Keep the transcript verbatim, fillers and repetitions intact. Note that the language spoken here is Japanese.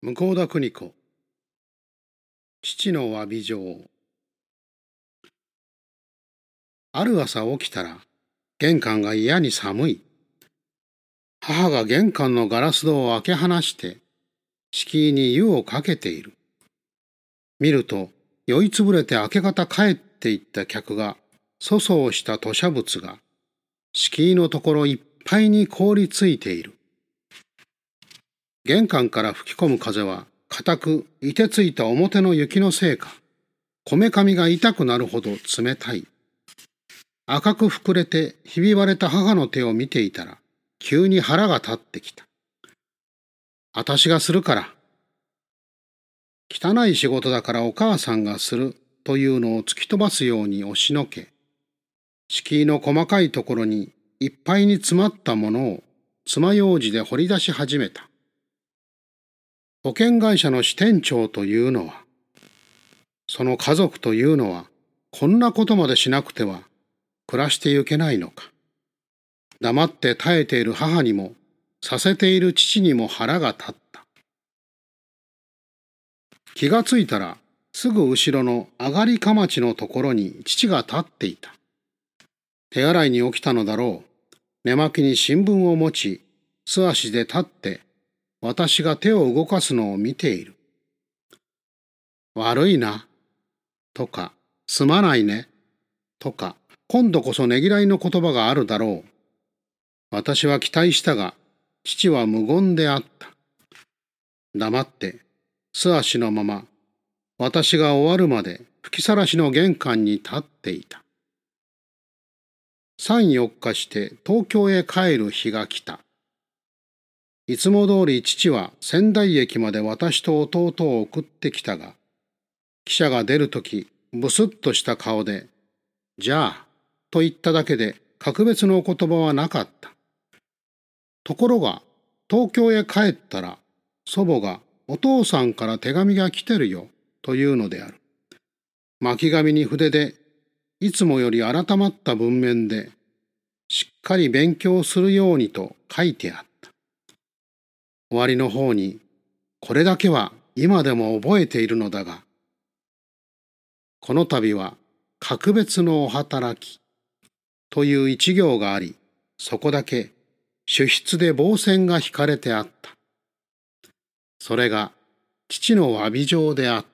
向田邦子。父の詫び状。ある朝起きたら、玄関が嫌に寒い。母が玄関のガラス戸を開け放して、敷居に湯をかけている。見ると、酔いつぶれて明け方帰っていった客が、粗相した吐砂物が、敷居のところいっぱいに凍りついている。玄関から吹き込む風は、固く凍てついた表の雪のせいか、こめかみが痛くなるほど冷たい。赤く膨れてひび割れた母の手を見ていたら、急に腹が立ってきた。あたしがするから。汚い仕事だからお母さんがするというのを突き飛ばすように押しのけ、敷居の細かいところにいっぱいに詰まったものを爪楊枝で掘り出し始めた。保険会社の支店長というのは、その家族というのは、こんなことまでしなくては暮らしてゆけないのか。黙って耐えている母にも、させている父にも腹が立った。気がついたら、すぐ後ろの上がりかまちのところに父が立っていた。手洗いに起きたのだろう。寝巻きに新聞を持ち、素足で立って、私が手を動かすのを見ている。悪いな、とか、すまないね、とか、今度こそねぎらいの言葉があるだろう。私は期待したが、父は無言であった。黙って、素足のまま、私が終わるまで吹きさらしの玄関に立っていた。三四日して東京へ帰る日が来た。いつも通り父は仙台駅まで私と弟を送ってきたが、汽車が出るとき、ぶすっとした顔で、じゃあ、と言っただけで格別のお言葉はなかった。ところが、東京へ帰ったら、祖母がお父さんから手紙が来てるよ、というのである。巻紙に筆で、いつもより改まった文面で、しっかり勉強するようにと書いてあった。終わりの方に、これだけは今でも覚えているのだが、この度は格別のお働きという一行があり、そこだけ主筆で棒線が引かれてあった。それが父の詫び状であった。